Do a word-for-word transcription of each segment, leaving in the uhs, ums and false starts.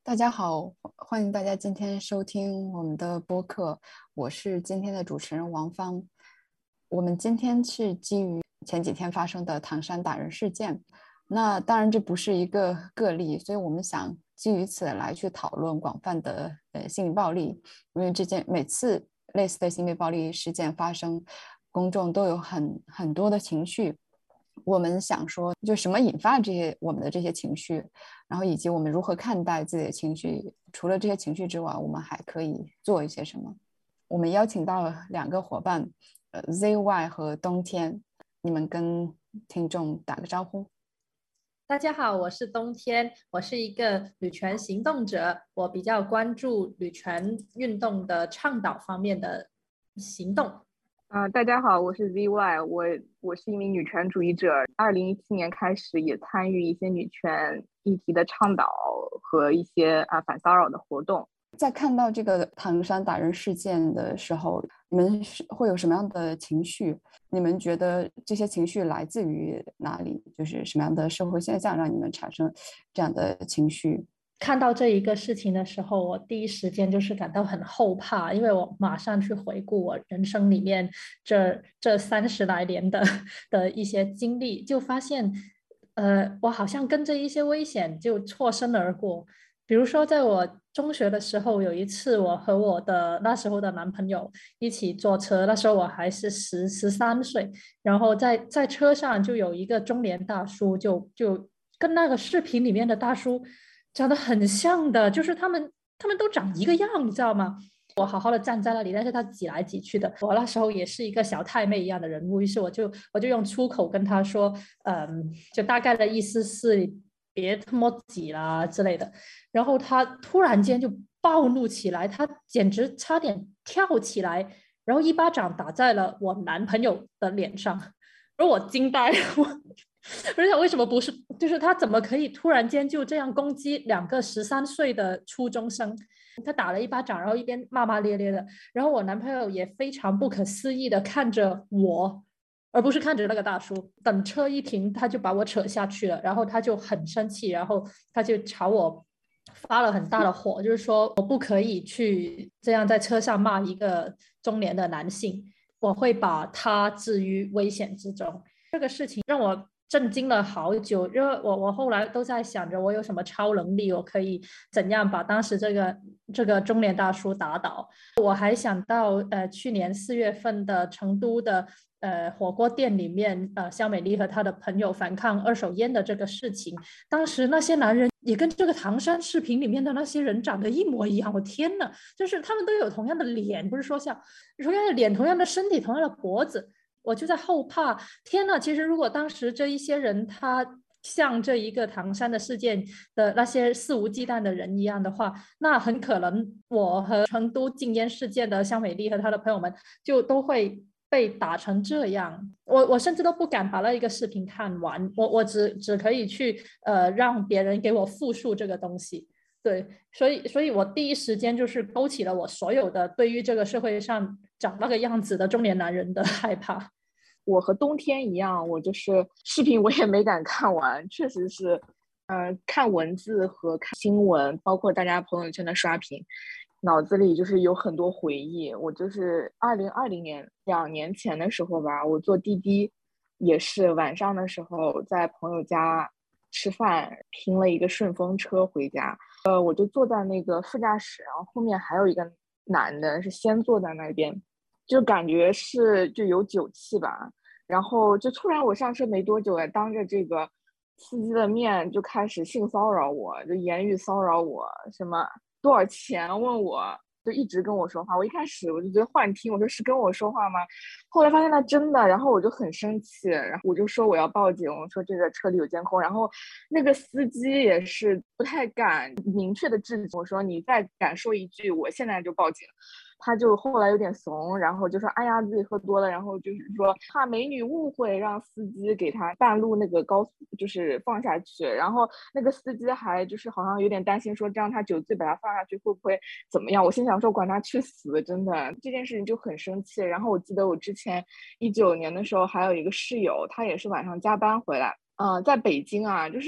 大家好，欢迎大家今天收听我们的播客，我是今天的主持人王芳。我们今天是基于前几天发生的唐山打人事件，那当然这不是一个个例，所以我们想基于此来去讨论广泛的呃性暴力，因为这件每次类似的性暴力事件发生，公众都有很很多的情绪。我们想说，就什么引发这些我们的这些情绪，然后以及我们如何看待自己的情绪。除了这些情绪之外，我们还可以做一些什么？我们邀请到了两个伙伴，呃，Z Y 和冬天，你们跟听众打个招呼。 大家好，我是冬天，我是一个女权行动者，我比较关注女权运动的倡导方面的行动。 啊、呃大家好，我是 Z Y，我我是一名女权主义者。二零一七年开始也参与一些女权议题的倡导和一些啊、反骚扰的活动。 在看到这个唐山打人事件的时候，你们是会有什么样的情绪？你们觉得这些情绪来自于哪里？就是什么样的社会现象让你们产生这样的情绪？ 看到这一个事情的时候，我第一时间就是感到很后怕，因为我马上去回顾我人生里面这这三十来年的的一些经历，就发现，呃，我好像跟着一些危险就错身而过。比如说，在我中学的时候，有一次我和我的那时候的男朋友一起坐车，那时候我还是十十三岁，然后在在车上就有一个中年大叔就，就跟那个视频里面的大叔长得很像的，就是他们他们都长一个样，你知道吗？我好好的站在那里，但是他挤来挤去的。我那时候也是一个小太妹一样的人物，于是我就我就用粗口跟他说，嗯，就大概的意思是别他妈挤啦之类的。然后他突然间就暴怒起来，他简直差点跳起来，然后一巴掌打在了我男朋友的脸上，而我惊呆了，我而且为什么不是？就是他怎么可以突然间就这样攻击两个十三岁的初中生？他打了一巴掌，然后一边骂骂咧咧的，然后我男朋友也非常不可思议的看着我，而不是看着那个大叔。等车一停，他就把我扯下去了，然后他就很生气，然后他就朝我发了很大的火，就是说我不可以去这样在车上骂一个中年的男性，我会把他置于危险之中。这个事情让我震惊了好久，因为我我后来都在想着我有什么超能力，我可以怎样把当时这个这个中年大叔打倒。我还想到呃去年四月份的成都的呃火锅店里面，呃肖美丽和她的朋友反抗二手烟的这个事情，当时那些男人也跟这个唐山视频里面的那些人长得一模一样，我天呐，就是他们都有同样的脸，不是说像同样的脸、同样的身体、同样的脖子。我就在后怕，天呐！其实如果当时这一些人他像这一个唐山的事件的那些肆无忌惮的人一样的话，那很可能我和成都禁烟事件的肖美丽和她的朋友们就都会被打成这样。我我甚至都不敢把那一个视频看完，我我只只可以去呃让别人给我复述这个东西。对，所以，所以我第一时间就是勾起了我所有的对于这个社会上长那个样子的中年男人的害怕。 我和冬天一样，我就是视频我也没敢看完，确实是，呃，看文字和看新闻，包括大家朋友圈的刷屏，脑子里就是有很多回忆。我就是二零二零年两年前的时候吧，我坐滴滴，也是晚上的时候在朋友家吃饭，拼了一个顺风车回家。呃，我就坐在那个副驾驶，然后后面还有一个男的是先坐在那边，就感觉是就有酒气吧。然后就突然我上车没多久，哎，当着这个司机的面就开始性骚扰我，就言语骚扰我，什么多少钱问我，就一直跟我说话。我一开始我就觉得幻听，我说是跟我说话吗？后来发现他真的，然后我就很生气，然后我就说我要报警，我说这个车里有监控。然后那个司机也是不太敢明确的制止，我说你再敢说一句，我现在就报警。他就后来有点怂，然后就说哎呀自己喝多了，然后就是说怕美女误会，让司机给他半路那个高速就是放下去。然后那个司机还就是好像有点担心，说这样他酒醉把他放下去会不会怎么样。我心想说管他去死，真的这件事情就很生气。然后我记得我之前一九年的时候还有一个室友，他也是晚上加班回来，嗯、呃，在北京啊，就是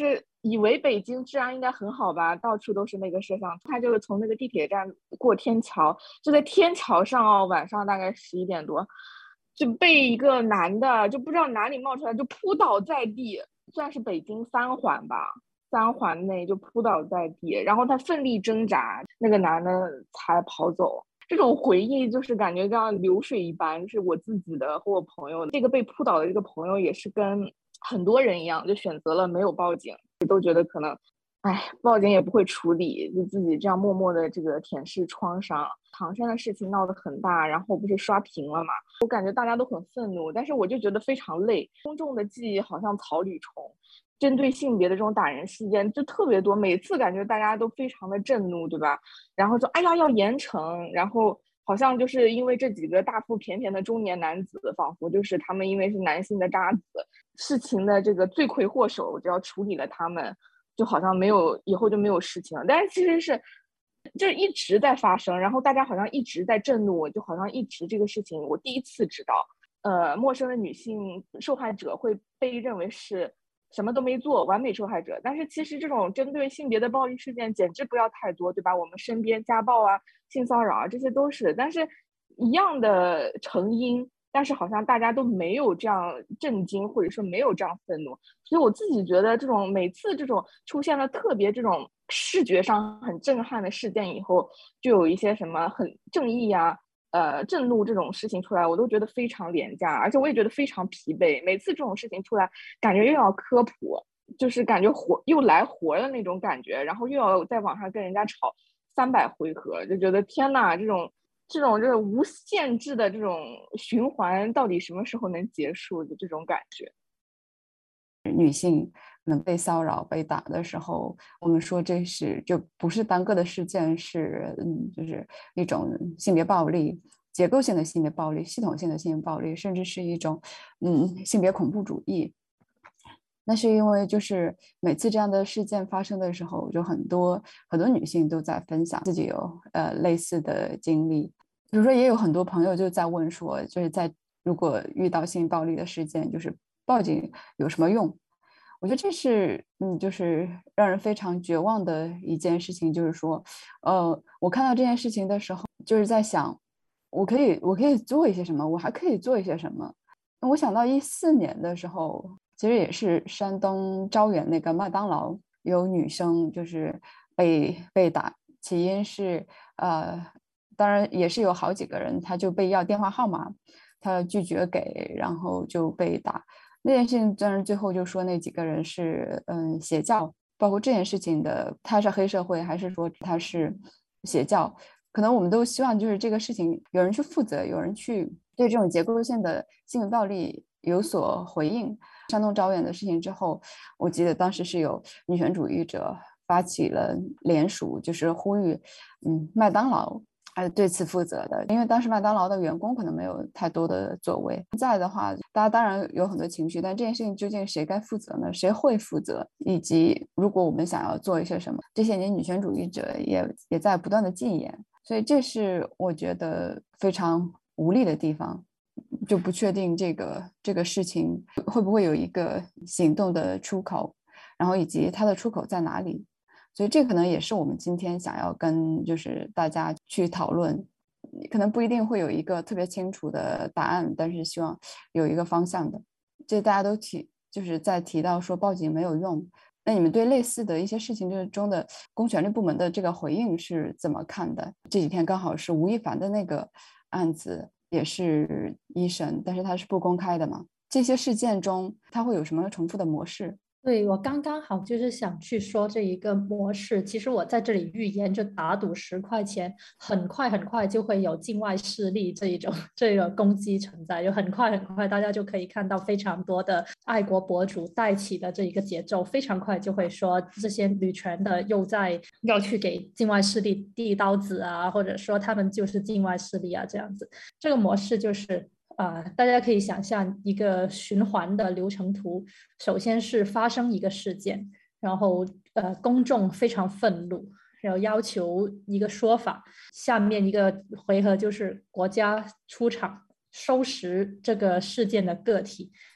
以为北京治安应该很好吧，到处都是那个摄像头，他就是从那个地铁站过天桥，就在天桥上哦，晚上大概十一点多，就被一个男的就不知道哪里冒出来，就扑倒在地，算是北京三环吧，三环内就扑倒在地，然后他奋力挣扎，那个男的才跑走。这种回忆就是感觉像流水一般，是我自己的和我朋友，这个被扑倒的这个朋友也是跟很多人一样，就选择了没有报警，都觉得可能哎，报警也不会处理，就自己这样默默的这个舔舐创伤。唐山的事情闹得很大，然后不是刷屏了嘛，我感觉大家都很愤怒，但是我就觉得非常累。公众的记忆好像草履虫，针对性别的这种打人事件就特别多，每次感觉大家都非常的震怒，对吧？然后就哎呀要严惩，然后好像就是因为这几个大腹便便的中年男子，仿佛就是他们因为是男性的渣子，事情的这个罪魁祸首，只要处理了他们，就好像没有以后就没有事情了。但是其实是就是一直在发生，然后大家好像一直在震怒，就好像一直这个事情我第一次知道，呃，陌生的女性受害者会被认为是什么都没做，完美受害者。但是其实这种针对性别的暴力事件简直不要太多，对吧？我们身边家暴啊、性骚扰啊，这些都是，但是一样的成因，但是好像大家都没有这样震惊，或者说没有这样愤怒。所以我自己觉得，这种每次这种出现了特别这种视觉上很震撼的事件以后，就有一些什么很正义啊、呃震怒这种事情出来，我都觉得非常廉价，而且我也觉得非常疲惫。每次这种事情出来，感觉又要科普，就是感觉活又来活的那种感觉，然后又要在网上跟人家吵三百回合，就觉得天哪，这种。这种这种无限制的这种循环，到底什么时候能结束的这种感觉？ 女性可能被骚扰、被打的时候，我们说这是就不是单个的事件，是嗯，就是一种性别暴力、结构性的性别暴力、系统性的性别暴力，甚至是一种嗯性别恐怖主义。那是因为就是每次这样的事件发生的时候，就很多很多女性都在分享自己有呃类似的经历。比如说，也有很多朋友就在问说，就是在如果遇到性暴力的事件，就是报警有什么用？我觉得这是嗯，就是让人非常绝望的一件事情。就是说，呃，我看到这件事情的时候，就是在想，我可以我可以做一些什么？我还可以做一些什么？我想到一四年的时候。其实也是山东招远那个麦当劳有女生就是被被打，起因是呃，当然也是有好几个人，他就被要电话号码，他拒绝给，然后就被打。那件事情当然最后就说那几个人是嗯邪教，包括这件事情的他是黑社会还是说他是邪教，可能我们都希望就是这个事情有人去负责，有人去对这种结构性的性暴暴力有所回应。山东招远的事情之后，我记得当时是有女权主义者发起了联署，就是呼吁，嗯，麦当劳呃对此负责的，因为当时麦当劳的员工可能没有太多的作为。现在的话，大家当然有很多情绪，但这件事情究竟谁该负责呢？谁会负责？以及如果我们想要做一些什么，这些年女权主义者也也在不断的禁言，所以这是我觉得非常无力的地方。就不确定这个这个事情会不会有一个行动的出口，然后以及它的出口在哪里，所以这可能也是我们今天想要跟就是大家去讨论，可能不一定会有一个特别清楚的答案，但是希望有一个方向的。这大家都提就是在提到说报警没有用，那你们对类似的一些事情就是中的公权力部门的这个回应是怎么看的？这几天刚好是吴亦凡的那个案子也是一审，但是它是不公开的嘛。这些事件中，它会有什么重复的模式？ 对，我刚刚好就是想去说这一个模式。其实我在这里预言，就打赌十块钱，很快很快就会有境外势力这一种这个攻击存在，就很快很快，大家就可以看到非常多的爱国博主带起的这一个节奏，非常快就会说这些女权的又在要去给境外势力递刀子啊，或者说他们就是境外势力啊，这样子。这个模式就是。啊、呃，大家可以想象一个循环的流程图。首先是发生一个事件，然后呃，公众非常愤怒，然后要求一个说法。下面一个回合就是国家出场收拾这个事件的个体，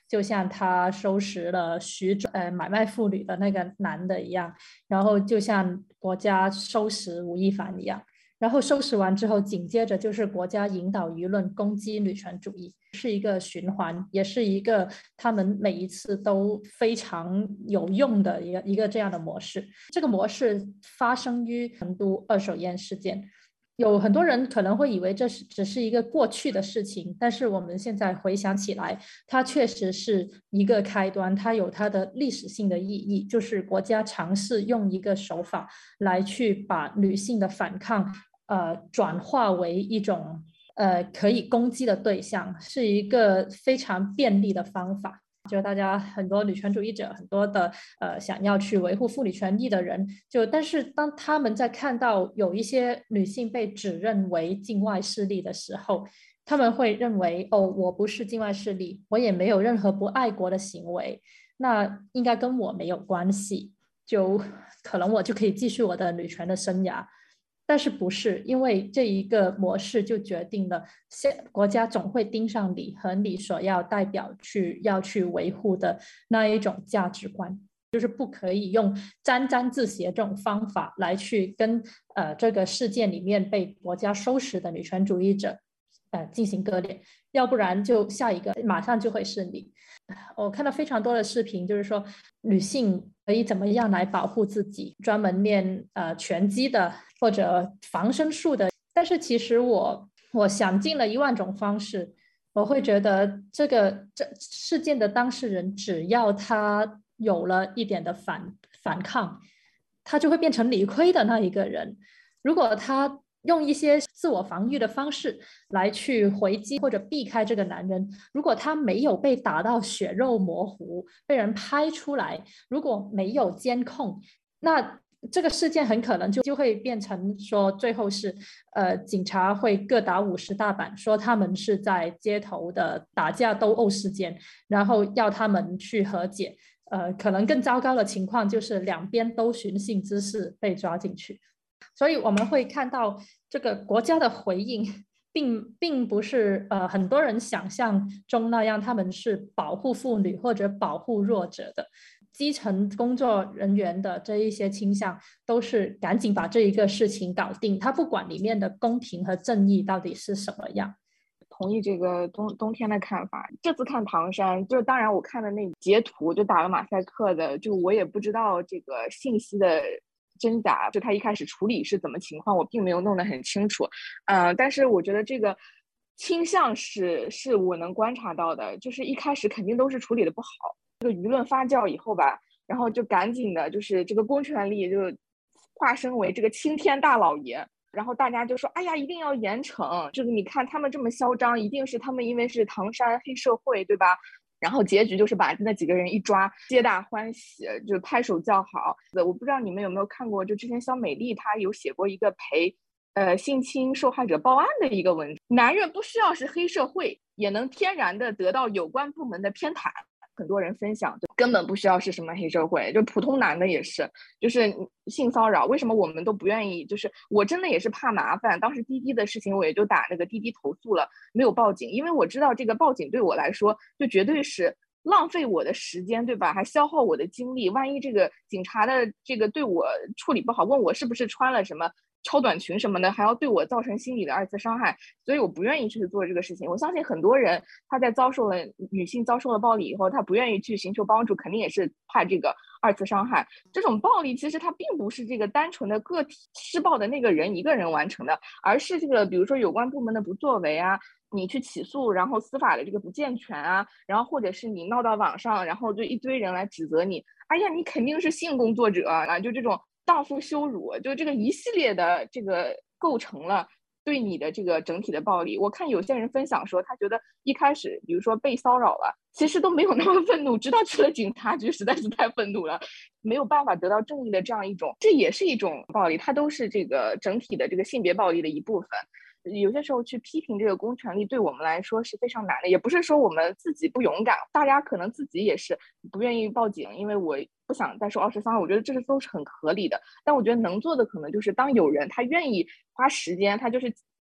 就像他收拾了徐州呃买卖妇女的那个男的一样，然后就像国家收拾吴亦凡一样，然后收拾完之后，紧接着就是国家引导舆论攻击女权主义，是一个循环，也是一个他们每一次都非常有用的一个一个这样的模式。这个模式发生于成都二手烟事件。有很多人可能会以为这是只是一个过去的事情，但是我们现在回想起来，它确实是一个开端，它有它的历史性的意义，就是国家尝试用一个手法来去把女性的反抗呃转化为一种呃可以攻击的对象，是一个非常便利的方法。就大家很多女权主义者，很多的呃想要去维护妇女权益的人，就但是当他们在看到有一些女性被指认为境外势力的时候，他们会认为哦，我不是境外势力，我也没有任何不爱国的行为，那应该跟我没有关系，就可能我就可以继续我的女权的生涯。但是不是，因为这一个模式就决定了国家总会盯上你和你所要代表去要去维护的那一种价值观，就是不可以用沾沾自喜这种方法来去跟呃这个事件里面被国家收拾的女权主义者呃进行割裂，要不然就下一个马上就会是你。我看到非常多的视频，就是说女性可以怎么样来保护自己，专门练呃拳击的或者防身术的。但是其实我我想尽了一万种方式，我会觉得这个这事件的当事人，只要他有了一点的反反抗，他就会变成理亏的那一个人。如果他用一些自我防御的方式来去回击或者避开这个男人，如果他没有被打到血肉模糊，被人拍出来，如果没有监控，那这个事件很可能就就会变成说最后是呃警察会各打五十大板，说他们是在街头的打架斗殴事件，然后要他们去和解。呃，可能更糟糕的情况就是两边都寻衅滋事被抓进去。所以我们会看到这个国家的回应并并不是呃很多人想象中那样，他们是保护妇女或者保护弱者的。基层工作人员的这一些倾向都是赶紧把这一个事情搞定，他不管里面的公平和正义到底是什么样。 同意这个冬冬天的看法。这次看唐山，就是当然我看的那截图就打了马赛克的，就我也不知道这个信息的真假，就他一开始处理是怎么情况，我并没有弄得很清楚。嗯、呃，但是我觉得这个倾向是是我能观察到的，就是一开始肯定都是处理的不好，这个舆论发酵以后吧，然后就赶紧的，就是这个公权力就化身为这个青天大老爷。然后大家就说，哎呀，一定要严惩，就是你看他们这么嚣张，一定是他们因为是唐山黑社会，对吧？然后结局就是把那几个人一抓，皆大欢喜，就拍手叫好。我不知道你们有没有看过，就之前肖美丽她有写过一个陪呃性侵受害者报案的一个文章，男人不需要是黑社会，也能天然的得到有关部门的偏袒。很多人分享，就根本不需要是什么黑社会，就普通男的也是，就是性骚扰，为什么我们都不愿意？就是我真的也是怕麻烦，当时滴滴的事情我也就打那个滴滴投诉了，没有报警，因为我知道这个报警对我来说就绝对是浪费我的时间，对吧？还消耗我的精力，万一这个警察的这个对我处理不好，问我是不是穿了什么超短裙什么的，还要对我造成心理的二次伤害，所以我不愿意去做这个事情。我相信很多人他在遭受了女性遭受了暴力以后，他不愿意去寻求帮助，肯定也是怕这个二次伤害。这种暴力其实它并不是这个单纯的个体施暴的那个人一个人完成的，而是这个比如说有关部门的不作为啊，你去起诉，然后司法的这个不健全啊，然后或者是你闹到网上，然后就一堆人来指责你，哎呀，你肯定是性工作者啊，就这种荡妇羞辱，就这个一系列的这个构成了对你的这个整体的暴力。我看有些人分享说，他觉得一开始比如说被骚扰了，其实都没有那么愤怒，直到去了警察局实在是太愤怒了，没有办法得到正义的这样一种，这也是一种暴力，它都是这个整体的这个性别暴力的一部分。有些时候去批评这个公权力对我们来说是非常难的，也不是说我们自己不勇敢，大家可能自己也是不愿意报警，因为我不想再受二次伤害，我觉得这是都是很合理的。但我觉得能做的可能就是当有人他愿意花时间，他就是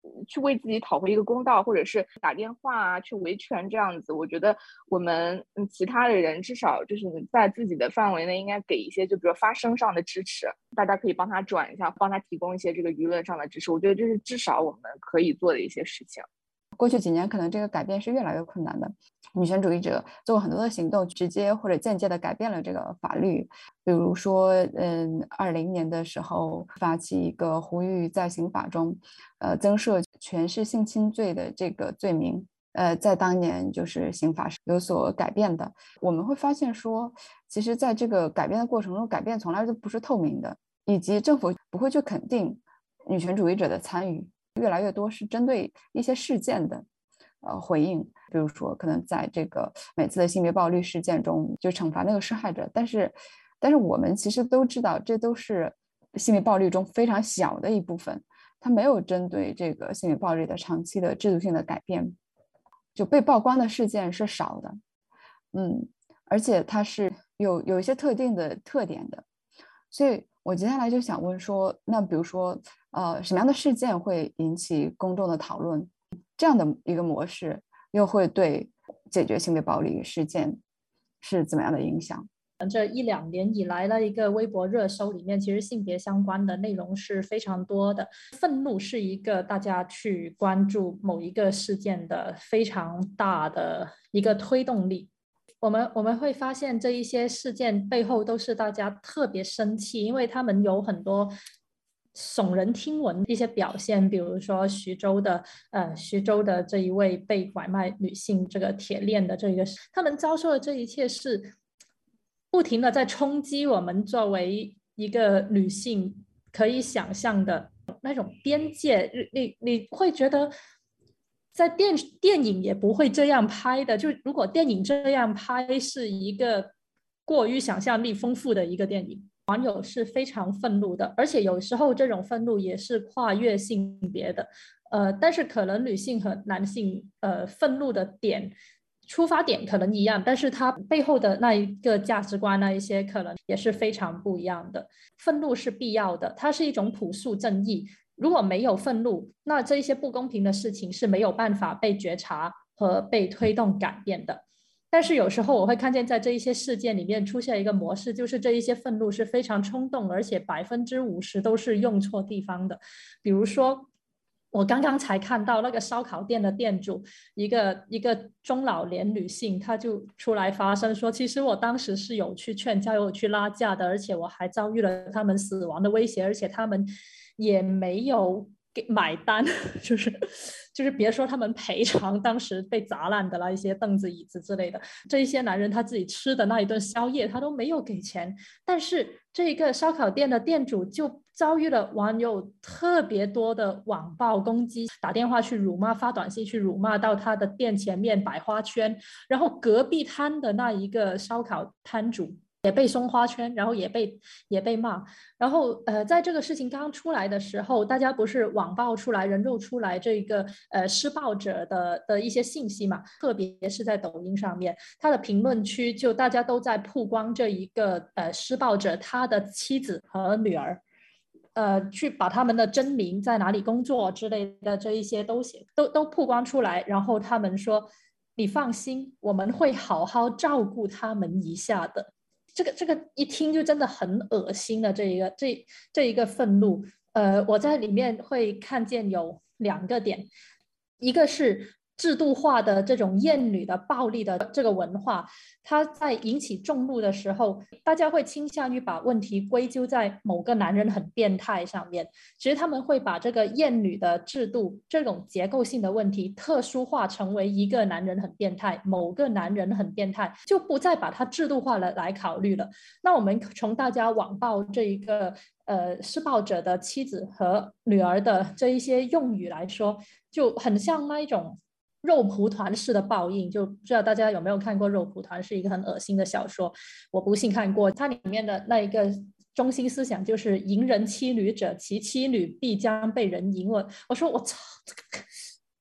去为自己讨回一个公道，或者是打电话啊去维权这样子。我觉得我们嗯其他的人至少就是在自己的范围内应该给一些就比如发声上的支持，大家可以帮他转一下，帮他提供一些这个舆论上的支持。我觉得这是至少我们可以做的一些事情。 过去几年可能这个改变是越来越困难的，女权主义者做过很多的行动，直接或者间接的改变了这个法律。比如说嗯，二零年的时候发起一个呼吁在刑法中呃增设权势性侵罪的这个罪名，呃，在当年就是刑法是有所改变的。我们会发现说，其实在这个改变的过程中，改变从来都不是透明的，以及政府不会去肯定女权主义者的参与，越来越多是针对一些事件的呃回应。比如说可能在这个每次的性别暴力事件中就惩罚那个施害者，但是但是我们其实都知道这都是性别暴力中非常小的一部分，它没有针对这个性别暴力的长期的制度性的改变，就被曝光的事件是少的。嗯，而且它是有有一些特定的特点的。所以我接下来就想问说，那比如说呃，什么样的事件会引起公众的讨论？这样的一个模式又会对解决性别暴力事件是怎么样的影响？ 这一两年以来的一个微博热搜里面，其实性别相关的内容是非常多的。愤怒是一个大家去关注某一个事件的非常大的一个推动力。我们我们会发现这一些事件背后都是大家特别生气，因为他们有很多耸人听闻一些表现，比如说徐州的呃徐州的这一位被拐卖女性这个铁链的这个，他们遭受的这一切是不停的在冲击我们作为一个女性可以想象的那种边界。你你会觉得在电电影也不会这样拍的，就如果电影这样拍是一个过于想象力丰富的一个电影，网友是非常愤怒的，而且有时候这种愤怒也是跨越性别的，呃，但是可能女性和男性呃愤怒的点出发点可能一样，但是它背后的那一个价值观那一些可能也是非常不一样的。愤怒是必要的，它是一种朴素正义。如果没有愤怒，那这一些不公平的事情是没有办法被觉察和被推动改变的。但是有时候我会看见在这一些事件里面出现一个模式，就是这一些愤怒是非常冲动，而且百分之五十都是用错地方的。比如说我刚刚才看到那个烧烤店的店主，一个一个中老年女性，她就出来发声说，其实我当时是有去劝架，有去拉架的，而且我还遭遇了他们死亡的威胁，而且他们也没有给买单，就是就是别说他们赔偿当时被砸烂的那一些凳子椅子之类的，这一些男人他自己吃的那一顿宵夜他都没有给钱，但是这个烧烤店的店主就遭遇了网友特别多的网暴攻击，打电话去辱骂，发短信去辱骂，到他的店前面摆花圈，然后隔壁摊的那一个烧烤摊主也被送花圈，然后也被也被骂。然后呃，在这个事情刚刚出来的时候，大家不是网爆出来、人肉出来这个呃施暴者的的一些信息嘛？特别是在抖音上面，他的评论区就大家都在曝光这一个呃施暴者他的妻子和女儿。呃，去把他们的真名在哪里工作之类的这一些都写都都曝光出来，然后他们说你放心，我们会好好照顾他们一下的。这个这个一听就真的很恶心的这一个这这一个愤怒，呃，我在里面会看见有两个点，一个是制度化的这种厌女的暴力的这个文化，它在引起众怒的时候，大家会倾向于把问题归咎在某个男人很变态上面。其实他们会把这个厌女的制度这种结构性的问题特殊化成为一个男人很变态，某个男人很变态，就不再把它制度化了来考虑了。那我们从大家网暴这一个呃施暴者的妻子和女儿的这一些用语来说，就很像那一种肉蒲团式的报应。就不知道大家有没有看过肉蒲团，是一个很恶心的小说，我不信看过。它里面的那一个中心思想就是淫人妻女者，其妻女必将被人淫。我我说我操，这个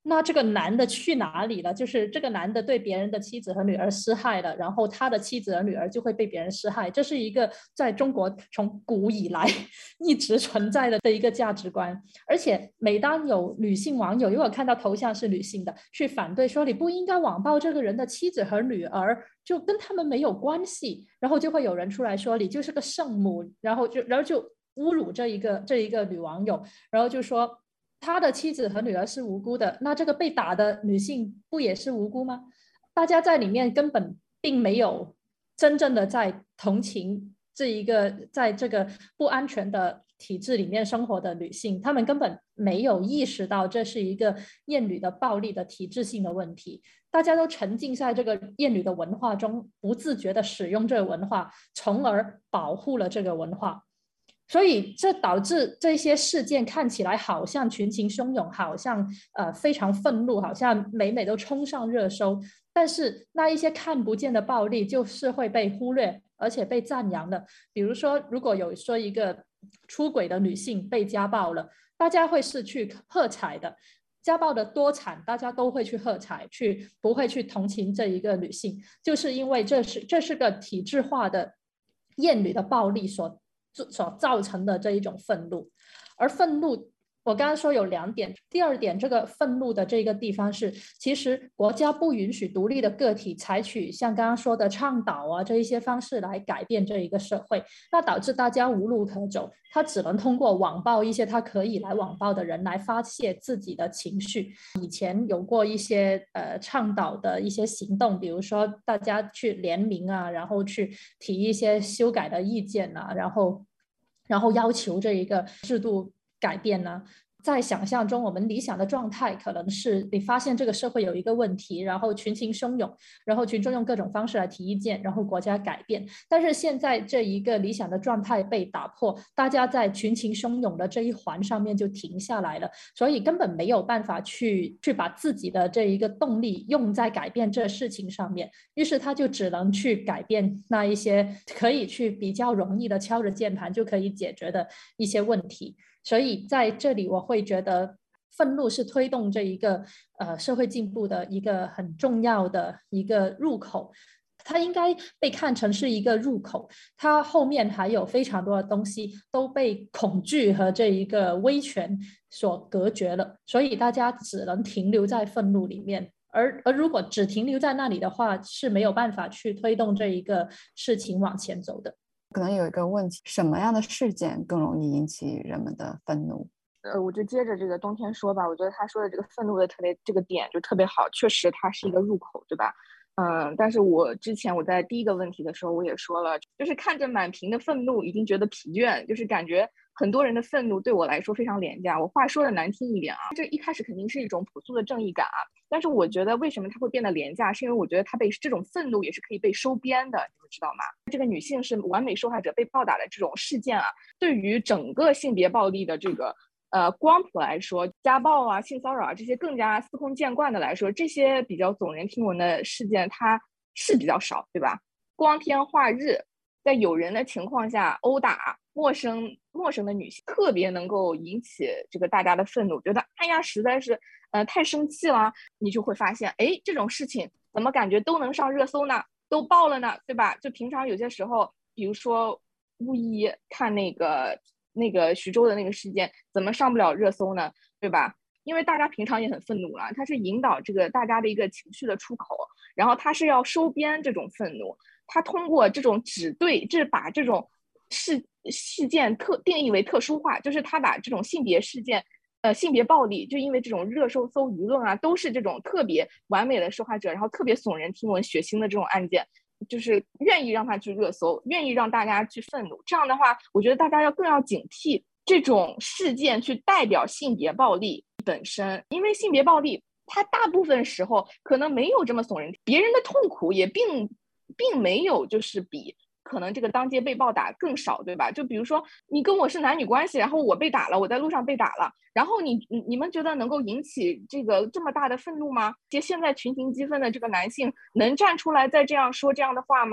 那这个男的去哪里了？就是这个男的对别人的妻子和女儿施害了，然后他的妻子和女儿就会被别人施害，这是一个在中国从古以来一直存在的一个价值观。而且每当有女性网友，如果看到头像是女性的，去反对说你不应该网暴这个人的妻子和女儿，就跟他们没有关系，然后就会有人出来说你就是个圣母，然后就然后就侮辱这一个这一个女网友，然后就说他的妻子和女儿是无辜的，那这个被打的女性不也是无辜吗？大家在里面根本并没有真正的在同情这一个在这个不安全的体制里面生活的女性，他们根本没有意识到这是一个厌女的暴力的体制性的问题，大家都沉浸在这个厌女的文化中，不自觉的使用这个文化，从而保护了这个文化。所以这导致这些事件看起来好像群情汹涌，好像呃非常愤怒，好像每每都冲上热搜，但是那一些看不见的暴力就是会被忽略而且被赞扬的。比如说如果有说一个出轨的女性被家暴了，大家会是去喝彩的，家暴的多惨大家都会去喝彩，去不会去同情这一个女性，就是因为这是这是个体制化的厌女的暴力所所造成的这一种愤怒。而愤怒我刚刚说有两点，第二点这个愤怒的这个地方是其实国家不允许独立的个体采取像刚刚说的倡导啊这一些方式来改变这一个社会，那导致大家无路可走，他只能通过网暴一些他可以来网暴的人来发泄自己的情绪。以前有过一些呃倡导的一些行动，比如说大家去联名啊，然后去提一些修改的意见啊，然后然后要求这一个制度改变呢。在想象中我们理想的状态可能是你发现这个社会有一个问题，然后群情汹涌，然后群众用各种方式来提意见，然后国家改变。但是现在这一个理想的状态被打破，大家在群情汹涌的这一环上面就停下来了，所以根本没有办法去去把自己的这一个动力用在改变这事情上面，于是他就只能去改变那一些可以去比较容易的敲着键盘就可以解决的一些问题。所以在这里我会觉得愤怒是推动这一个呃社会进步的一个很重要的一个入口，它应该被看成是一个入口，它后面还有非常多的东西都被恐惧和这一个威权所隔绝了，所以大家只能停留在愤怒里面，而而如果只停留在那里的话，是没有办法去推动这一个事情往前走的。 可能有一个问题，什么样的事件更容易引起人们的愤怒？ 呃，我就接着这个冬天说吧，我觉得他说的这个愤怒的特别这个点就特别好，确实它是一个入口，对吧？嗯，但是我之前我在第一个问题的时候我也说了，就是看着满屏的愤怒已经觉得疲倦，就是感觉很多人的愤怒对我来说非常廉价。我话说的难听一点啊，这一开始肯定是一种朴素的正义感啊，但是我觉得为什么它会变得廉价，是因为我觉得它被这种愤怒也是可以被收编的，你们知道吗？这个女性是完美受害者被暴打的这种事件啊，对于整个性别暴力的这个呃，光谱来说，家暴啊、性骚扰啊这些更加司空见惯的来说，这些比较耸人听闻的事件，它是比较少，对吧？光天化日，在有人的情况下殴打陌生陌生的女性，特别能够引起这个大家的愤怒，觉得哎呀，实在是呃太生气了。你就会发现，哎，这种事情怎么感觉都能上热搜呢？都爆了呢，对吧？就平常有些时候，比如说巫医看那个。那个徐州的那个事件怎么上不了热搜呢？对吧？因为大家平常也很愤怒了，它是引导这个大家的一个情绪的出口，然后它是要收编这种愤怒，它通过这种只对，就是把这种事事件特定义为特殊化，就是他把这种性别事件，呃，性别暴力，就因为这种热搜搜舆论啊，都是这种特别完美的受害者，然后特别耸人听闻、血腥的这种案件。就是愿意让他去热搜，愿意让大家去愤怒，这样的话我觉得大家要更要警惕这种事件去代表性别暴力本身，因为性别暴力它大部分时候可能没有这么耸人，别人的痛苦也并并没有就是比可能这个当街被暴打更少，对吧？就比如说你跟我是男女关系，然后我被打了，我在路上被打了，然后你你们觉得能够引起这个这么大的愤怒吗？现在群情激愤的这个男性能站出来再这样说这样的话吗？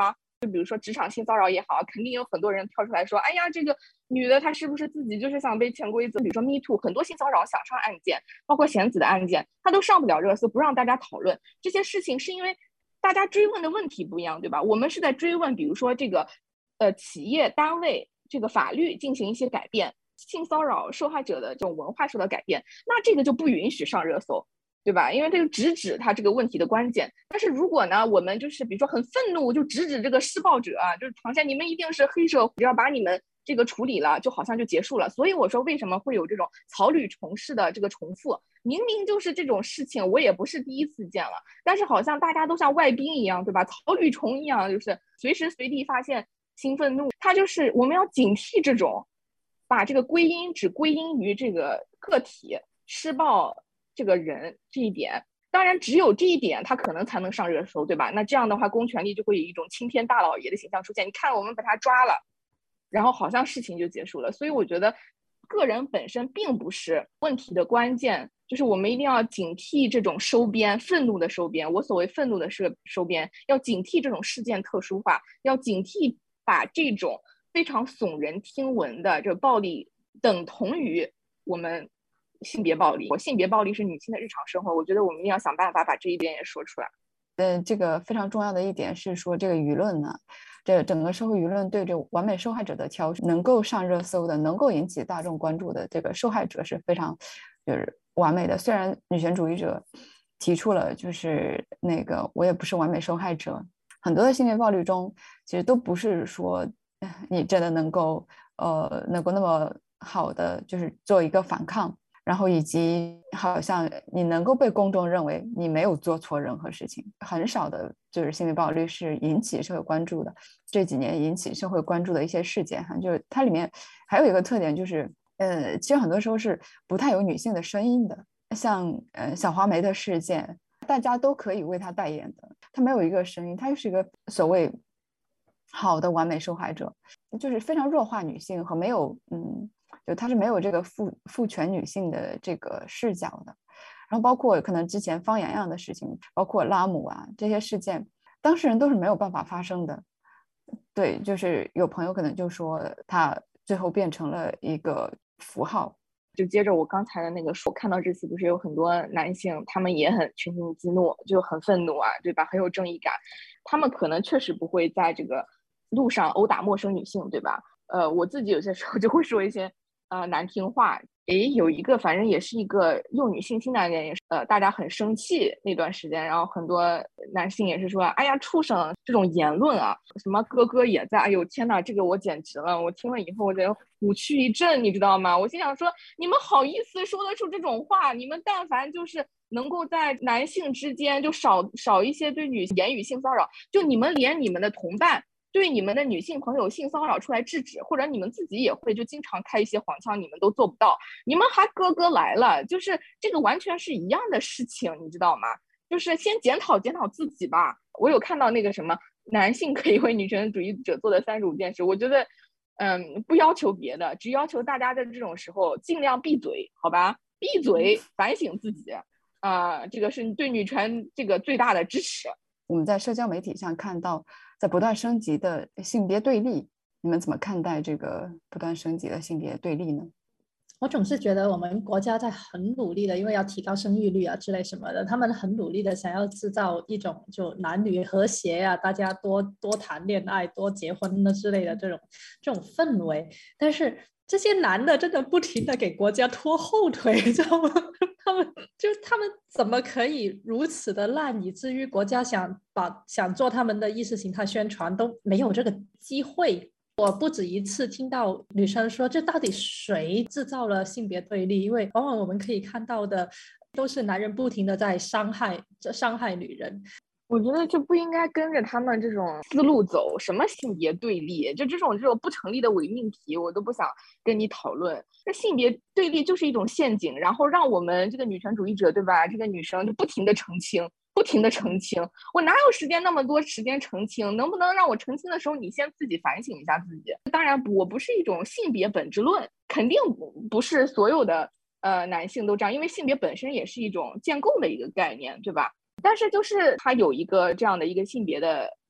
就比如说职场性骚扰也好，肯定有很多人跳出来说，哎呀，这个女的她是不是自己就是想被潜规则？比如说 Me Too， 很多性骚扰想上案件，包括贤子的案件，她都上不了热搜，不让大家讨论这些事情，是因为大家追问的问题不一样，对吧？我们是在追问，比如说这个呃企业单位这个法律进行一些改变，性骚扰受害者的这种文化受到改变，那这个就不允许上热搜。对吧？因为这个直指他这个问题的关键。但是如果呢，我们就是比如说很愤怒，就直指这个施暴者啊，就是唐山你们一定是黑社会，只要把你们这个处理了，就好像就结束了。所以我说为什么会有这种草履虫式的这个重复？明明就是这种事情，我也不是第一次见了，但是好像大家都像外宾一样，对吧？草履虫一样，就是随时随地发现新愤怒。他就是我们要警惕这种，把这个归因只归因于这个个体施暴这个人这一点，当然只有这一点他可能才能上热搜，对吧？那这样的话公权力就会有一种青天大老爷的形象出现，你看我们把他抓了，然后好像事情就结束了。所以我觉得个人本身并不是问题的关键，就是我们一定要警惕这种收编，愤怒的收编，我所谓愤怒的收收编，要警惕这种事件特殊化，要警惕把这种非常耸人听闻的这暴力等同于我们性别暴力，我性别暴力是女性的日常生活，我觉得我们一定要想办法把这一点也说出来。 呃，这个非常重要的一点是说，这个舆论呢，这整个社会舆论对这完美受害者的挑选，能够上热搜的，能够引起大众关注的这个受害者是非常就是完美的。虽然女权主义者提出了就是那个我也不是完美受害者，很多的性别暴力中其实都不是说你真的能够呃能够那么好的就是做一个反抗。然后以及好像你能够被公众认为你没有做错任何事情，很少的就是性别暴力是引起社会关注的。这几年引起社会关注的一些事件哈，就是它里面还有一个特点就是，呃，其实很多时候是不太有女性的声音的，像呃小华梅的事件，大家都可以为她代言的，她没有一个声音，她就是一个所谓好的完美受害者，就是非常弱化女性和没有嗯。就她是没有这个父父权女性的这个视角的，然后包括可能之前方洋洋的事情，包括拉姆啊这些事件，当事人都是没有办法发声的。对，就是有朋友可能就说他最后变成了一个符号。 就接着我刚才的那个说，看到这次不是有很多男性，他们也很群情激怒，就很愤怒啊，对吧？很有正义感，他们可能确实不会在这个路上殴打陌生女性，对吧？呃，我自己有些时候就会说一些呃难听话。诶，有一个反正也是一个幼女性侵的人，也是呃大家很生气那段时间，然后很多男性也是说，哎呀畜生这种言论啊，什么哥哥也在，哎呦天哪，这个我简直了，我听了以后我这虎躯一震，你知道吗？我心想说，你们好意思说得出这种话？你们但凡就是能够在男性之间就少少一些对女言语性骚扰，就你们连你们的同伴对你们的女性朋友性骚扰出来制止，或者你们自己也会就经常开一些黄腔，你们都做不到，你们还哥哥来了，就是这个完全是一样的事情，你知道吗？就是先检讨检讨自己吧。我有看到那个什么男性可以为女权主义者做的三十五件事，我觉得嗯，不要求别的，只要求大家在这种时候尽量闭嘴，好吧？闭嘴，反省自己啊、呃，这个是对女权这个最大的支持。 我们在社交媒体上看到在不断升级的性别对立，你们怎么看待这个不断升级的性别对立呢？ 我总是觉得我们国家在很努力的，因为要提高生育率啊之类什么的，他们很努力的想要制造一种就男女和谐啊，大家多多谈恋爱、多结婚的之类的这种这种氛围。但是这些男的真的不停的给国家拖后腿，知道吗？他们就他们怎么可以如此的烂，以至于国家想把想做他们的意识形态宣传都没有这个机会。我不止一次听到女生说，这到底谁制造了性别对立？因为往往我们可以看到的都是男人不停的在伤害伤害女人。 我觉得就不应该跟着他们这种思路走，什么性别对立，就这种这种不成立的伪命题，我都不想跟你讨论。那性别对立就是一种陷阱，然后让我们这个女权主义者，对吧？这个女生就不停的澄清，不停的澄清。我哪有时间那么多时间澄清？能不能让我澄清的时候，你先自己反省一下自己？当然，我不是一种性别本质论，肯定不是所有的呃男性都这样，因为性别本身也是一种建构的一个概念，对吧？但是就是它有一个这样的一个性别的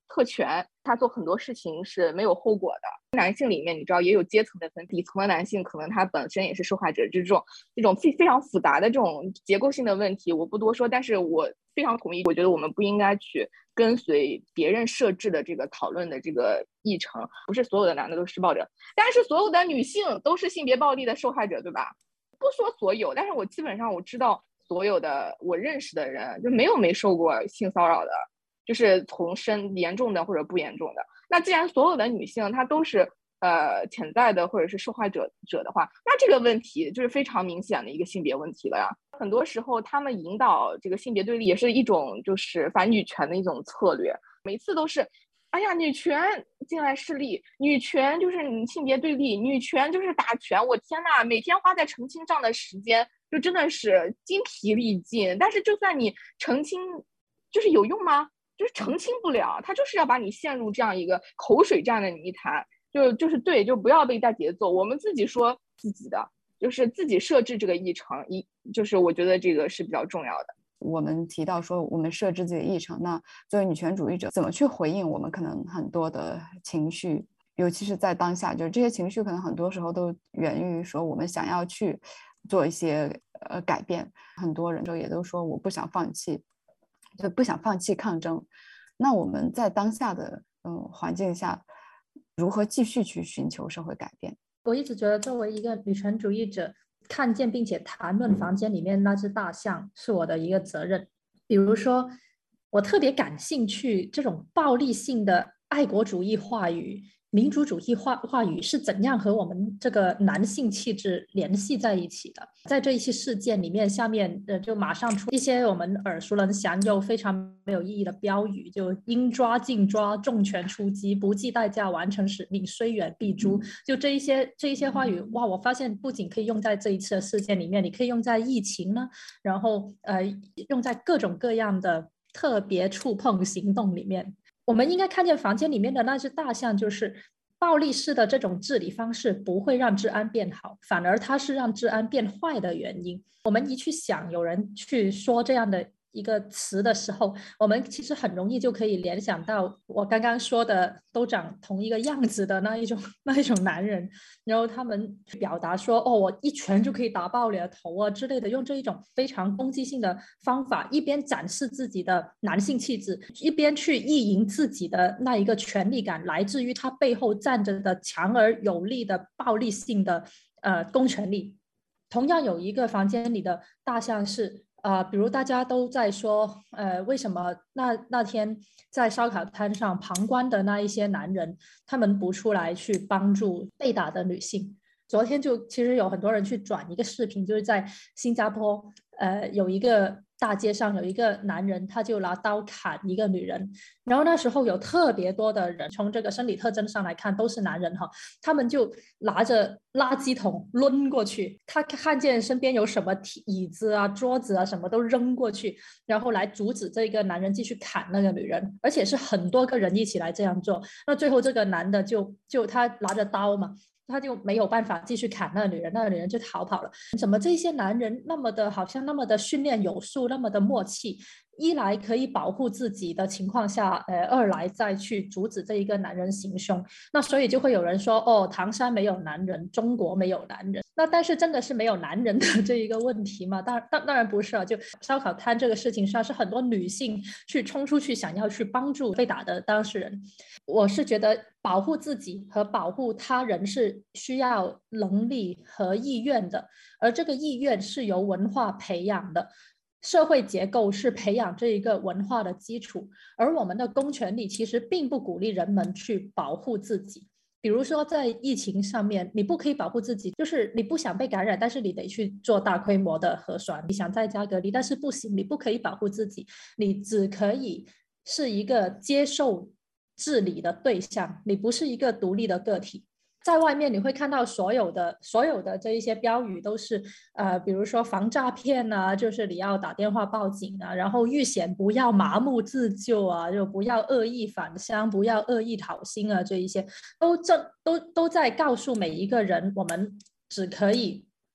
特权，他做很多事情是没有后果的。男性里面你知道也有阶层的分，底层的男性可能他本身也是受害者，这种这种非非常复杂的这种结构性的问题我不多说，但是我非常同意，我觉得我们不应该去跟随别人设置的这个讨论的这个议程，不是所有的男的都是施暴者，但是所有的女性都是性别暴力的受害者，对吧？不说所有，但是我基本上我知道所有的我认识的人就没有没受过性骚扰的，就是从深严重的或者不严重的。那既然所有的女性她都是呃潜在的或者是受害者者的话，那这个问题就是非常明显的一个性别问题了呀。很多时候他们引导这个性别对立也是一种就是反女权的一种策略，每次都是哎呀女权进来势力，女权就是你性别对立，女权就是打拳，我天呐，每天花在澄清上的时间就真的是精疲力尽。但是就算你澄清就是有用吗？就是澄清不了，他就是要把你陷入这样一个口水战的泥潭，就就是对，就不要被带节奏，我们自己说自己的，就是自己设置这个议程，一就是我觉得这个是比较重要的。 我们提到说我们设置自己的议程，那作为女权主义者怎么去回应我们可能很多的情绪，尤其是在当下，就是这些情绪可能很多时候都源于说我们想要去做一些呃改变，很多人也都说我不想放弃，就不想放弃抗争。那我们在当下的嗯环境下，如何继续去寻求社会改变？ 我一直觉得作为一个女权主义者，看见并且谈论房间里面那只大象是我的一个责任。比如说我特别感兴趣这种暴力性的爱国主义话语、民主主义话话语是怎样和我们这个男性气质联系在一起的。在这一些事件里面，下面呃就马上出一些我们耳熟能详又非常没有意义的标语，就应抓尽抓，重拳出击，不计代价完成使命，虽远必诛。就这一些这一些话语，哇，我发现不仅可以用在这一次的事件里面，你可以用在疫情呢，然后呃用在各种各样的特别触碰行动里面。我们应该看见房间里面的那只大象，就是暴力式的这种治理方式不会让治安变好，反而它是让治安变坏的原因。我们一去想有人去说这样的一个词的时候，我们其实很容易就可以联想到我刚刚说的都长同一个样子的那一种那一种男人，然后他们表达说哦，我一拳就可以打爆你的头啊之类的，用这一种非常攻击性的方法，一边展示自己的男性气质，一边去意淫自己的那一个权力感来自于他背后站着的强而有力的暴力性的呃公权力。同样有一个房间里的大象是呃，比如大家都在说，呃，为什么那那天在烧烤摊上旁观的那一些男人，他们不出来去帮助被打的女性？昨天就其实有很多人去转一个视频，就是在新加坡，呃，有一个大街上有一个男人，他就拿刀砍一个女人，然后那时候有特别多的人，从这个生理特征上来看都是男人哈，他们就拿着垃圾桶抡过去，他看见身边有什么椅子啊、桌子啊什么都扔过去，然后来阻止这个男人继续砍那个女人，而且是很多个人一起来这样做。那最后这个男的就就他拿着刀嘛，他就没有办法继续砍那个女人，那个女人就逃跑了。怎么这些男人那么的好像那么的训练有素，那么的默契，一来可以保护自己的情况下，呃，二来再去阻止这一个男人行凶。那所以就会有人说，哦，唐山没有男人，中国没有男人。那但是真的是没有男人的这一个问题吗？当然当当然不是啊。就烧烤摊这个事情上，是很多女性去冲出去想要去帮助被打的当事人。我是觉得保护自己和保护他人是需要能力和意愿的，而这个意愿是由文化培养的。社会结构是培养这一个文化的基础，而我们的公权力其实并不鼓励人们去保护自己。比如说在疫情上面，你不可以保护自己，就是你不想被感染，但是你得去做大规模的核酸，你想在家隔离，但是不行，你不可以保护自己，你只可以是一个接受治理的对象，你不是一个独立的个体。在外面你会看到所有的所有的这一些标语都是呃，比如说防诈骗啊，就是你要打电话报警啊，然后遇险不要麻木自救啊，就不要恶意返乡，不要恶意讨薪啊，这一些都这都都在告诉每一个人，我们只可以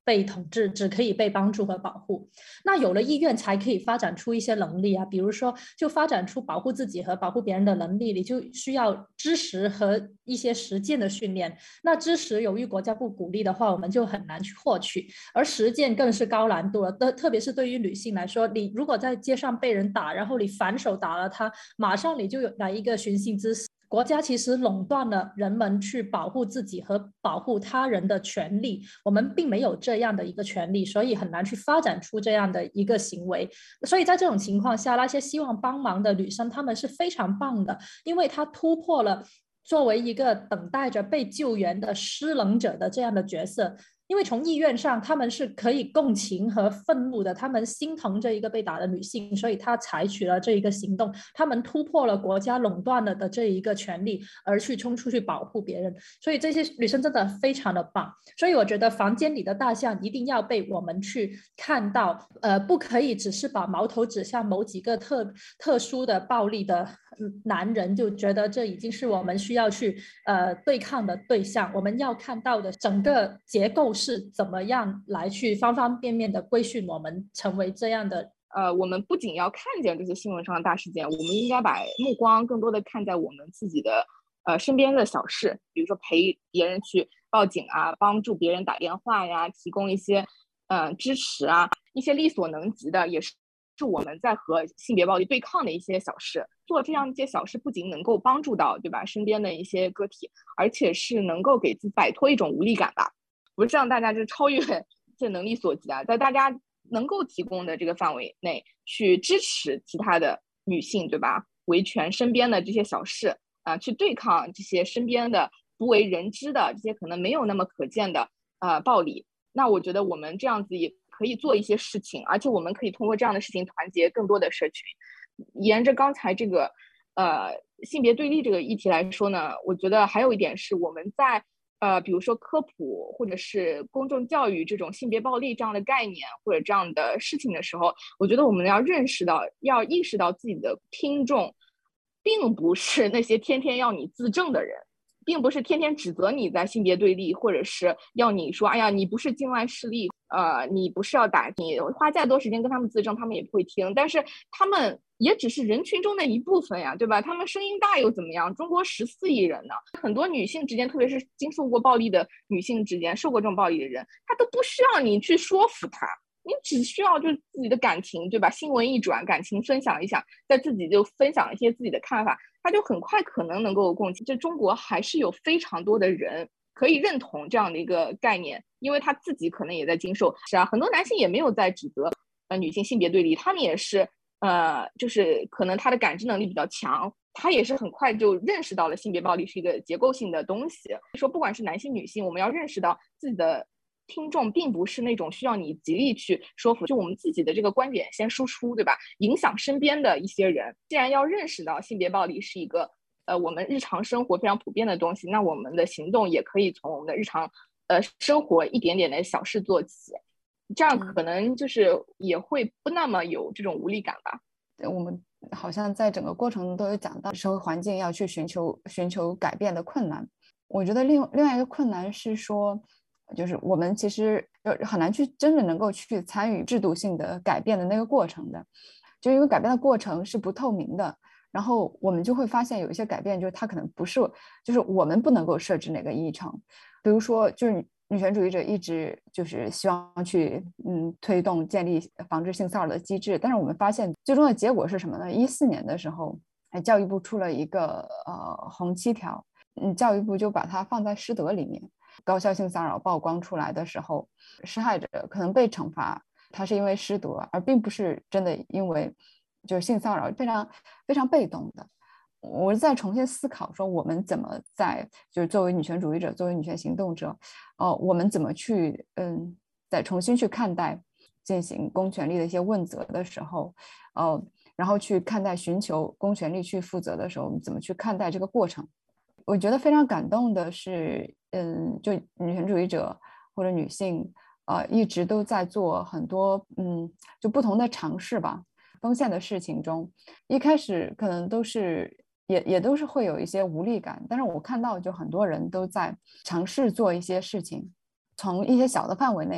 被统治，只可以被帮助和保护。那有了意愿才可以发展出一些能力啊，比如说就发展出保护自己和保护别人的能力，你就需要知识和一些实践的训练。那知识由于国家不鼓励的话，我们就很难去获取，而实践更是高难度了。特别是对于女性来说，你如果在街上被人打，然后你反手打了他，马上你就有来一个寻衅滋事。国家其实垄断了人们去保护自己和保护他人的权利，我们并没有这样的一个权利，所以很难去发展出这样的一个行为。所以在这种情况下，那些希望帮忙的女生她们是非常棒的，因为她突破了作为一个等待着被救援的失能者的这样的角色。因为从意愿上他们是可以共情和愤怒的，他们心疼这一个被打的女性，所以他采取了这一个行动，他们突破了国家垄断了的这一个权利，而去冲出去保护别人。所以这些女生真的非常的棒，所以我觉得房间里的大象一定要被我们去看到，呃，不可以只是把矛头指向某几个特特殊的暴力的男人，就觉得这已经是我们需要去呃对抗的对象。我们要看到的整个结构是怎么样来去方方面面的规训我们成为这样的。 呃，我们不仅要看见这些新闻上的大事件，我们应该把目光更多的看在我们自己的呃身边的小事，比如说陪别人去报警啊，帮助别人打电话呀，提供一些呃支持啊，一些力所能及的，也是是我们在和性别暴力对抗的一些小事。做这样一些小事不仅能够帮助到对吧身边的一些个体，而且是能够给自己摆脱一种无力感吧，不是让大家就超越这能力所及啊，在大家能够提供的这个范围内去支持其他的女性对吧，维权身边的这些小事啊、呃，去对抗这些身边的不为人知的这些可能没有那么可见的呃暴力。那我觉得我们这样子也可以做一些事情，而且我们可以通过这样的事情团结更多的社群。沿着刚才这个呃性别对立这个议题来说呢，我觉得还有一点是我们在呃比如说科普或者是公众教育这种性别暴力这样的概念或者这样的事情的时候，我觉得我们要认识到，要意识到自己的听众并不是那些天天要你自证的人，并不是天天指责你在性别对立，或者是要你说哎呀你不是境外势力，呃你不是要打你，花再多时间跟他们自证他们也不会听，但是他们也只是人群中的一部分呀，对吧？他们声音大又怎么样？中国十四亿人呢，很多女性之间，特别是经受过暴力的女性之间，受过这种暴力的人，她都不需要你去说服她，你只需要就是自己的感情，对吧？新闻一转，感情分享一下，在自己就分享一些自己的看法，他就很快可能能够共情。这中国还是有非常多的人可以认同这样的一个概念，因为他自己可能也在经受。是啊，很多男性也没有在指责呃女性性别对立，他们也是呃，就是可能他的感知能力比较强，他也是很快就认识到了性别暴力是一个结构性的东西。说不管是男性女性，我们要认识到自己的听众并不是那种需要你极力去说服，就我们自己的这个观点先输出，对吧？影响身边的一些人。既然要认识到性别暴力是一个呃我们日常生活非常普遍的东西，那我们的行动也可以从我们的日常呃生活一点点的小事做起，这样可能就是也会不那么有这种无力感吧。 对，我们好像在整个过程都有讲到社会环境要去寻求寻求改变的困难。我觉得另另外一个困难是说，就是我们其实很难去真的能够去参与制度性的改变的那个过程的，就因为改变的过程是不透明的，然后我们就会发现有一些改变就是它可能不是，就是我们不能够设置哪个议程。比如说就是女权主义者一直就是希望去嗯推动建立防治性骚扰的机制，但是我们发现最终的结果是什么呢？一四年的时候，教育部出了一个呃红七条，嗯，教育部就把它放在师德里面。高校性骚扰曝光出来的时候，施害者可能被惩罚，他是因为师德，而并不是真的因为就是性骚扰，非常非常被动的。我在重新思考说，我们怎么在就是作为女权主义者，作为女权行动者，呃，我们怎么去嗯，再重新去看待进行公权力的一些问责的时候，呃，然后去看待寻求公权力去负责的时候，我们怎么去看待这个过程？我觉得非常感动的是，嗯，就女权主义者或者女性，呃，一直都在做很多嗯，就不同的尝试吧。锋线的事情中，一开始可能都是也也都是会有一些无力感，但是我看到就很多人都在尝试做一些事情，从一些小的范围内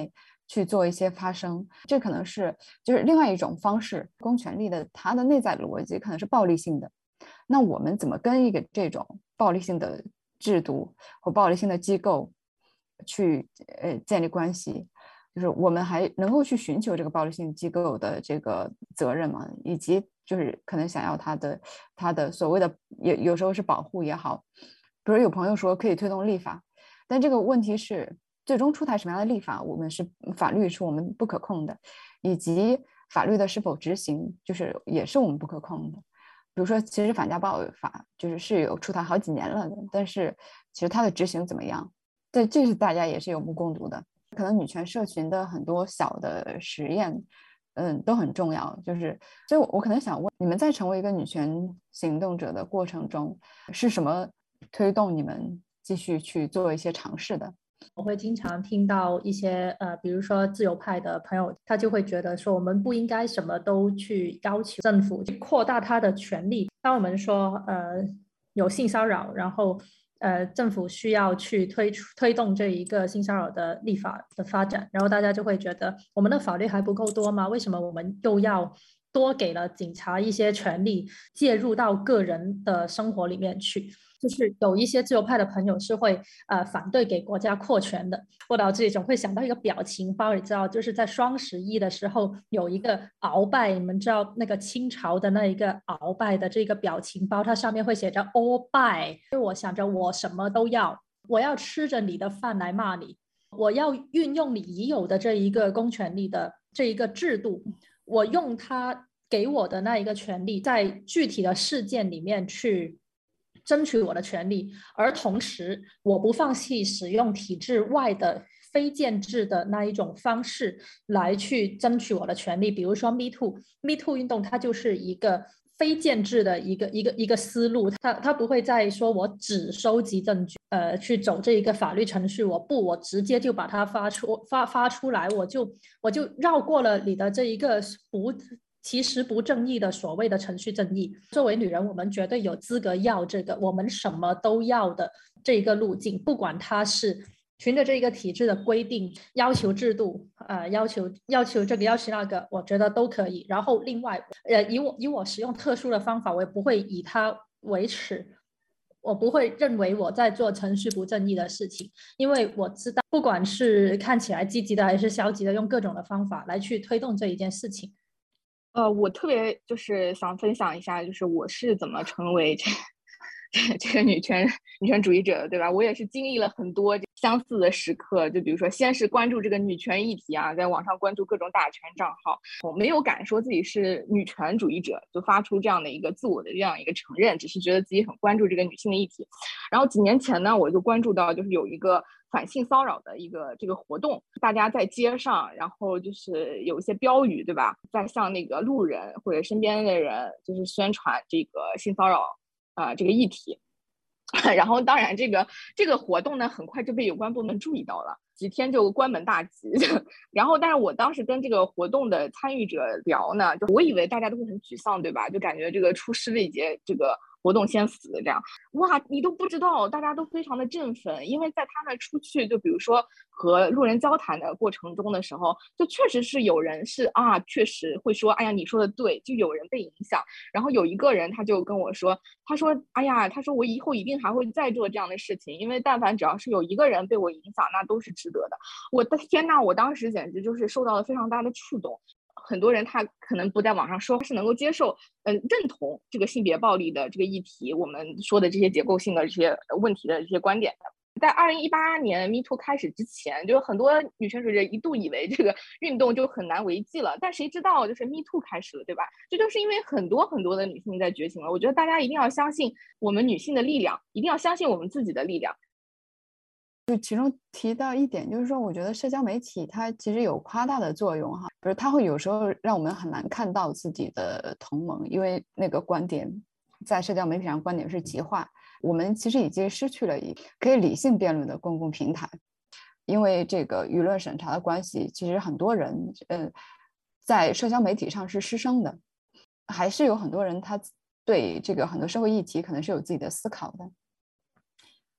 去做一些发声。这可能是就是另外一种方式，公权力的它的内在逻辑可能是暴力性的。那我们怎么跟一个这种暴力性的制度或暴力性的机构去呃建立关系？就是我们还能够去寻求这个暴力性机构的这个责任吗？以及就是可能想要他的他的所谓的有有时候是保护也好，比如有朋友说可以推动立法，但这个问题是最终出台什么样的立法，我们是法律是我们不可控的，以及法律的是否执行就是也是我们不可控的。比如说其实反家暴法就是是有出台好几年了的，但是其实它的执行怎么样，对，这是大家也是有目共睹的。可能女权社群的很多小的实验嗯，都很重要。就是所以我我可能想问你们，在成为一个女权行动者的过程中，是什么推动你们继续去做一些尝试的？ 我会经常听到一些呃，比如说自由派的朋友，他就会觉得说，我们不应该什么都去要求政府去扩大他的权利。当我们说呃有性骚扰，然后呃政府需要去推推动这一个性骚扰的立法的发展，然后大家就会觉得我们的法律还不够多吗？为什么我们又要多给了警察一些权利，介入到个人的生活里面去？就是有一些自由派的朋友是会呃反对给国家扩权的。我脑子里总会想到一个表情包，你知道，就是在双十一的时候有一个鳌拜，你们知道那个清朝的那一个鳌拜的这个表情包，它上面会写着 all by， 我想着我什么都要，我要吃着你的饭来骂你，我要运用你已有的这一个公权力的这一个制度，我用它给我的那一个权利，在具体的事件里面去争取我的权利，而同时我不放弃使用体制外的非建制的那一种方式来去争取我的权利。比如说 Me Too，Me Too 运动它就是一个非建制的一个一个一个思路，它它不会再说我只收集证据，呃，去走这一个法律程序，我不，我直接就把它发出发发出来，我就我就绕过了你的这一个不。其实不正义的所谓的程序正义，作为女人，我们绝对有资格要这个我们什么都要的这一个路径，不管它是循着这一个体制的规定，要求制度，呃，要求要求这个要求那个，我觉得都可以。然后另外，呃，以我以我使用特殊的方法，我也不会以它为耻。我不会认为我在做程序不正义的事情，因为我知道，不管是看起来积极的还是消极的，用各种的方法来去推动这一件事情。 呃，我特别就是想分享一下，就是我是怎么成为这这个女权女权主义者的，对吧？我也是经历了很多相似的时刻，就比如说，先是关注这个女权议题啊，在网上关注各种打拳账号，我没有敢说自己是女权主义者，就发出这样的一个自我的这样一个承认，只是觉得自己很关注这个女性的议题。然后几年前呢，我就关注到，就是有一个反性骚扰的一个这个活动，大家在街上，然后就是有一些标语，对吧，在向那个路人或者身边的人就是宣传这个性骚扰啊、呃、这个议题。然后当然这个这个活动呢很快就被有关部门注意到了，几天就关门大吉。然后但是我当时跟这个活动的参与者聊呢，就我以为大家都会很沮丧，对吧，就感觉这个出师未捷，这个活动先死这样。哇，你都不知道，大家都非常的振奋，因为在他们出去就比如说和路人交谈的过程中的时候，就确实是有人是啊，确实会说，哎呀你说的对，就有人被影响。然后有一个人他就跟我说，他说哎呀，他说我以后一定还会再做这样的事情，因为但凡只要是有一个人被我影响，那都是值得的。我的天呐，我当时简直就是受到了非常大的触动。很多人他可能不在网上说是能够接受嗯、呃、认同这个性别暴力的这个议题，我们说的这些结构性的这些问题的这些观点的。在二零一八年 Me Too 开始之前，就很多女权主义者一度以为这个运动就很难为继了，但谁知道就是 Me Too 开始了，对吧？这就是因为很多很多的女性在觉醒了。我觉得大家一定要相信我们女性的力量，一定要相信我们自己的力量。 就其中提到一点，就是说我觉得社交媒体它其实有夸大的作用哈，比如它会有时候让我们很难看到自己的同盟，因为那个观点在社交媒体上观点是极化，我们其实已经失去了可以理性辩论的公共平台。因为这个舆论审查的关系，其实很多人呃在社交媒体上是失声的，还是有很多人他对这个很多社会议题可能是有自己的思考的。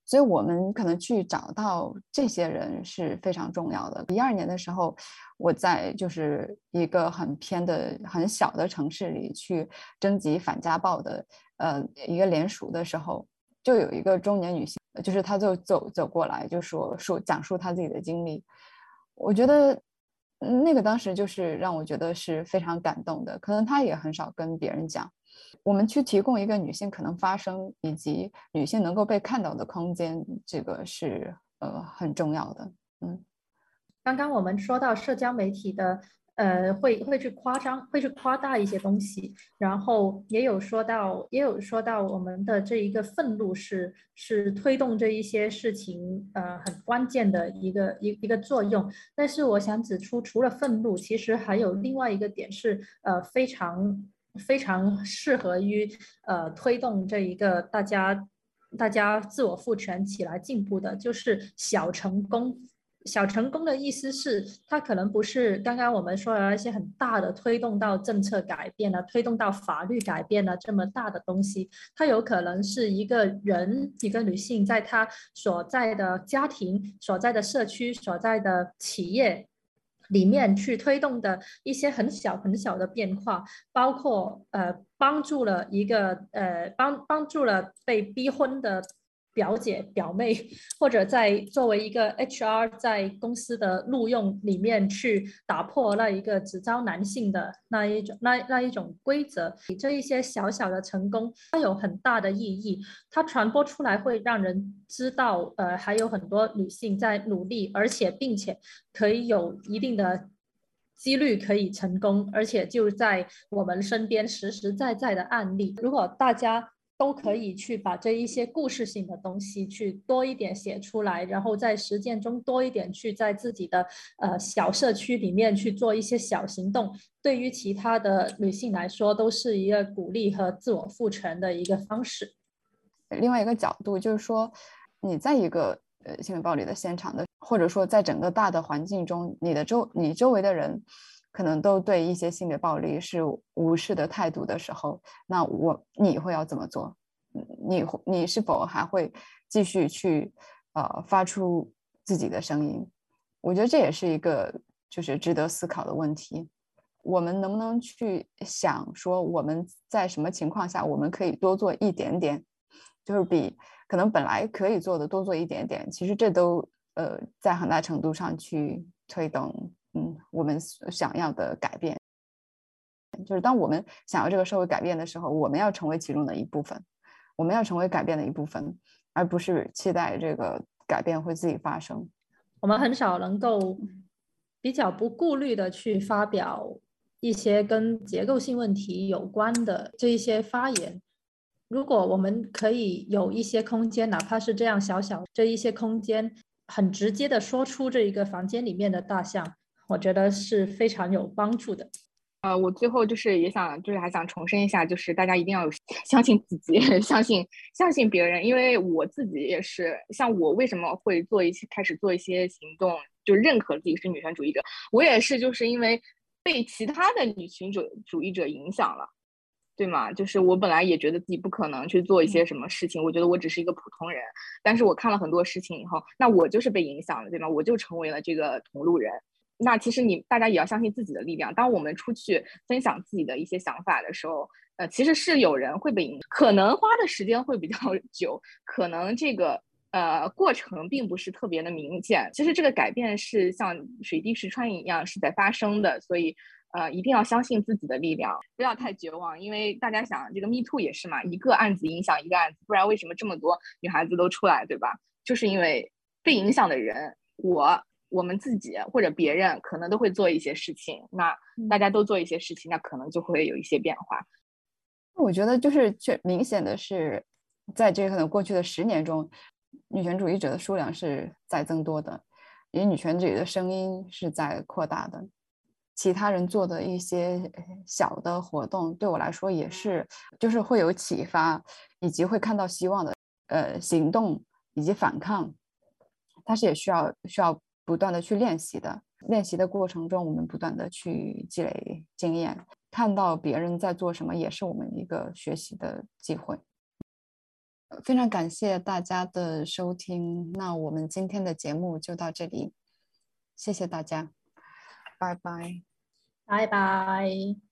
所以我们可能去找到这些人是非常重要的。一二年的时候，我在就是一个很偏的很小的城市里去征集反家暴的呃一个联署的时候，就有一个中年女性，就是她就走走过来就说说讲述她自己的经历。我觉得那个当时就是让我觉得是非常感动的，可能她也很少跟别人讲。我们去提供一个女性可能发声以及女性能够被看到的空间，这个是呃很重要的。嗯， 刚刚我们说到社交媒体的，呃，会会去夸张，会去夸大一些东西，然后也有说到，也有说到我们的这一个愤怒是是推动这一些事情，呃，很关键的一个一一个作用。但是我想指出，除了愤怒，其实还有另外一个点是，呃，非常非常适合于呃推动这一个大家大家自我赋权起来进步的，就是小成功。小成功的意思是，它可能不是刚刚我们说的那些很大的推动到政策改变了、推动到法律改变了这么大的东西，它有可能是一个人、一个女性在她所在的家庭、所在的社区、所在的企业里面去推动的一些很小很小的变化，包括呃帮助了一个呃帮帮助了被逼婚的表姐表妹，或者在作为一个 H R 在公司的录用里面去打破那一个只招男性的那一种那那一种规则，这一些小小的成功，它有很大的意义，它传播出来会让人知道，呃，还有很多女性在努力，而且并且可以有一定的几率可以成功，而且就在我们身边实实在在的案例。如果大家都可以去把这一些故事性的东西去多一点写出来，然后在实践中多一点去在自己的呃小社区里面去做一些小行动，对于其他的女性来说都是一个鼓励和自我赋权的一个方式。 另外一个角度就是说，你在一个呃性暴力的现场的，或者说在整个大的环境中，你的周你周围的人可能都对一些性别暴力是无视的态度的时候，那我你会要怎么做？你你是否还会继续去呃发出自己的声音？我觉得这也是一个就是值得思考的问题。我们能不能去想说，我们在什么情况下我们可以多做一点点，就是比可能本来可以做的多做一点点，其实这都呃在很大程度上去推动嗯我们想要的改变。就是当我们想要这个社会改变的时候，我们要成为其中的一部分，我们要成为改变的一部分，而不是期待这个改变会自己发生。 我们很少能够比较不顾虑的去发表一些跟结构性问题有关的这一些发言。如果我们可以有一些空间，哪怕是这样小小这一些空间，很直接的说出这一个房间里面的大象，我觉得是非常有帮助的。 呃，我最后就是也想，就是还想重申一下，就是大家一定要有相信自己，相信相信别人，因为我自己也是，像我为什么会做一些开始做一些行动，就认可自己是女权主义者，我也是就是因为被其他的女权主主义者影响了，对吗？就是我本来也觉得自己不可能去做一些什么事情，我觉得我只是一个普通人，但是我看了很多事情以后，那我就是被影响了，对吗？我就成为了这个同路人。那其实你大家也要相信自己的力量。当我们出去分享自己的一些想法的时候，呃，其实是有人会被影响，可能花的时间会比较久，可能这个呃过程并不是特别的明显。其实这个改变是像水滴石穿一样是在发生的，所以呃一定要相信自己的力量，不要太绝望。因为大家想，这个 Me Too 也是嘛，一个案子影响一个案子，不然为什么这么多女孩子都出来，对吧？就是因为被影响的人，我。我们自己或者别人可能都会做一些事情，那大家都做一些事情，那可能就会有一些变化。 我觉得就是确明显的是，在这可能过去的十年中，女权主义者的数量是在增多的，也女权主义的声音是在扩大的。其他人做的一些小的活动，对我来说也是，就是会有启发，以及会看到希望的呃行动以及反抗，它是也需要需要不断的去练习的。练习的过程中，我们不断的去积累经验，看到别人在做什么，也是我们一个学习的机会。 非常感谢大家的收听，那我们今天的节目就到这里，谢谢大家，拜拜。 拜拜。